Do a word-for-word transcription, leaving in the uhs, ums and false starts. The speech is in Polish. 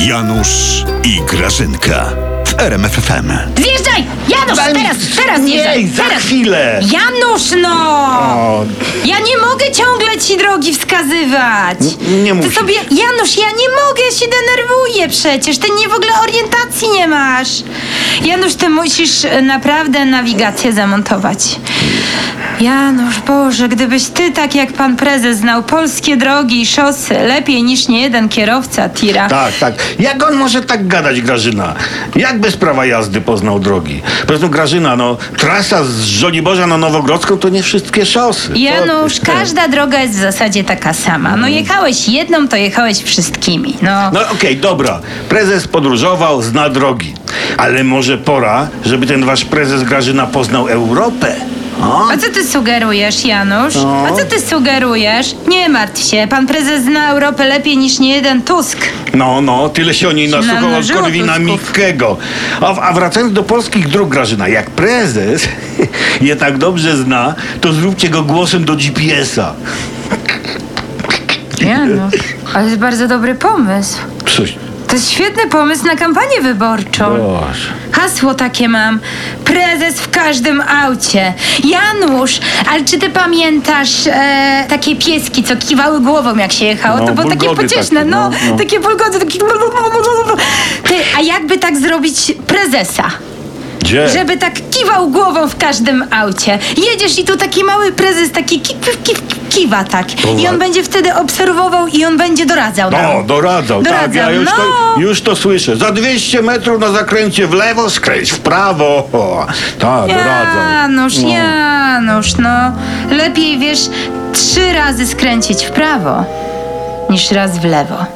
Janusz i Grażynka w R M F F M. Zjeżdżaj! Janusz, Daj mi- teraz, teraz zjeżdżaj! Nie, za teraz. chwilę! Janusz, no! O, Ja nie mogę ciągle ci drogi wskazywać. N- nie Ty musisz. sobie, Janusz, ja nie mogę, ja się denerwuję przecież. Ty nie w ogóle orientacji nie masz. Janusz, ty musisz e, naprawdę nawigację zamontować. Janusz, Boże, gdybyś ty tak jak pan prezes znał polskie drogi i szosy lepiej niż niejeden kierowca tira. tak, tak. Jak on może tak gadać, Grażyna? Jak bez prawa jazdy poznał drogi? Po prostu, Grażyna, no, trasa z Żoliborza na Nowogrodzką to nie wszystkie szosy. Janusz, To ty- każda droga jest w zasadzie taka sama. No jechałeś jedną, to jechałeś wszystkimi. No. No okej, dobra. Prezes podróżował, zna drogi. Ale może pora, żeby ten wasz prezes, Grażyna, poznał Europę? O? A co ty sugerujesz, Janusz? No. A co ty sugerujesz? Nie martw się, pan prezes zna Europę lepiej niż niejeden Tusk. No, no, tyle się o niej Się nasłuchał od namnożyło Korwina Tusków. Mikkego. A, a wracając do polskich dróg, Grażyna, jak prezes je tak dobrze zna, to zróbcie go głosem do G P S-a. Janusz, ale to jest bardzo dobry pomysł. Coś. To jest świetny pomysł na kampanię wyborczą. Boże. Hasło takie mam. Prezes w każdym aucie. Janusz, ale czy ty pamiętasz e, takie pieski, co kiwały głową, jak się jechało? No, To było takie bulgody pocieszne. takie, no, no, no. takie bulgody, takie... Ty, a jakby tak zrobić prezesa? Gdzie? Żeby tak kiwał głową w każdym aucie. Jedziesz i tu taki mały prezes taki ki, ki, ki, kiwa tak. I on będzie wtedy obserwował i on będzie doradzał nam. No, doradzał, tak, Doradzał, ja już, no. to, już to słyszę. Za dwieście metrów na zakręcie w lewo, skręć w prawo. O, tak, doradzał. Janusz, No. Janusz, no. Lepiej, wiesz, trzy razy skręcić w prawo, niż raz w lewo.